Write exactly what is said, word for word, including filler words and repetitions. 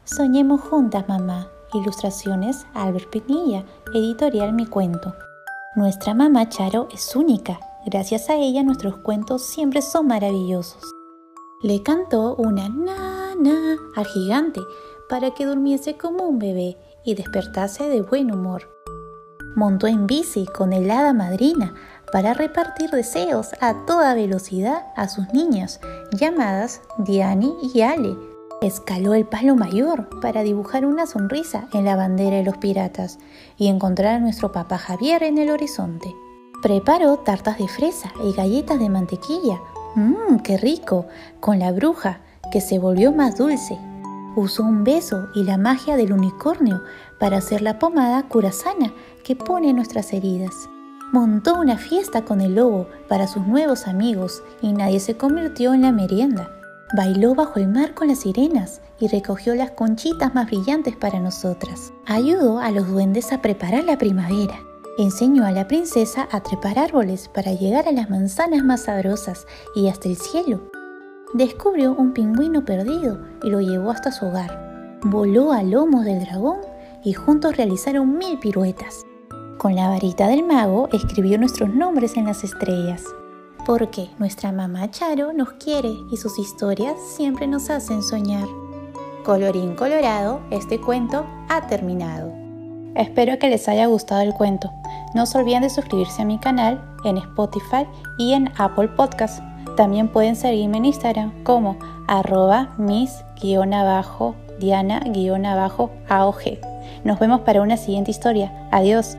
Soñemos juntas, mamá. Ilustraciones Albert Pinilla, editorial Mi Cuento. Nuestra mamá Charo es única. Gracias a ella nuestros cuentos siempre son maravillosos. Le cantó una na-na al gigante para que durmiese como un bebé y despertase de buen humor. Montó en bici con el hada madrina para repartir deseos a toda velocidad a sus niñas, llamadas Diani y Ale. Escaló el palo mayor para dibujar una sonrisa en la bandera de los piratas y encontrar a nuestro papá Javier en el horizonte. Preparó tartas de fresa y galletas de mantequilla. ¡Mmm, qué rico! Con la bruja, que se volvió más dulce. Usó un beso y la magia del unicornio para hacer la pomada curasana que pone nuestras heridas. Montó una fiesta con el lobo para sus nuevos amigos y nadie se convirtió en la merienda. Bailó bajo el mar con las sirenas y recogió las conchitas más brillantes para nosotras. Ayudó a los duendes a preparar la primavera. Enseñó a la princesa a trepar árboles para llegar a las manzanas más sabrosas y hasta el cielo. Descubrió un pingüino perdido y lo llevó hasta su hogar. Voló a lomos del dragón y juntos realizaron mil piruetas. Con la varita del mago escribió nuestros nombres en las estrellas. Porque nuestra mamá Charo nos quiere y sus historias siempre nos hacen soñar. Colorín colorado, este cuento ha terminado. Espero que les haya gustado el cuento. No se olviden de suscribirse a mi canal en Spotify y en Apple Podcast. También pueden seguirme en Instagram como arroba mis-diana-aog. Nos vemos para una siguiente historia. Adiós.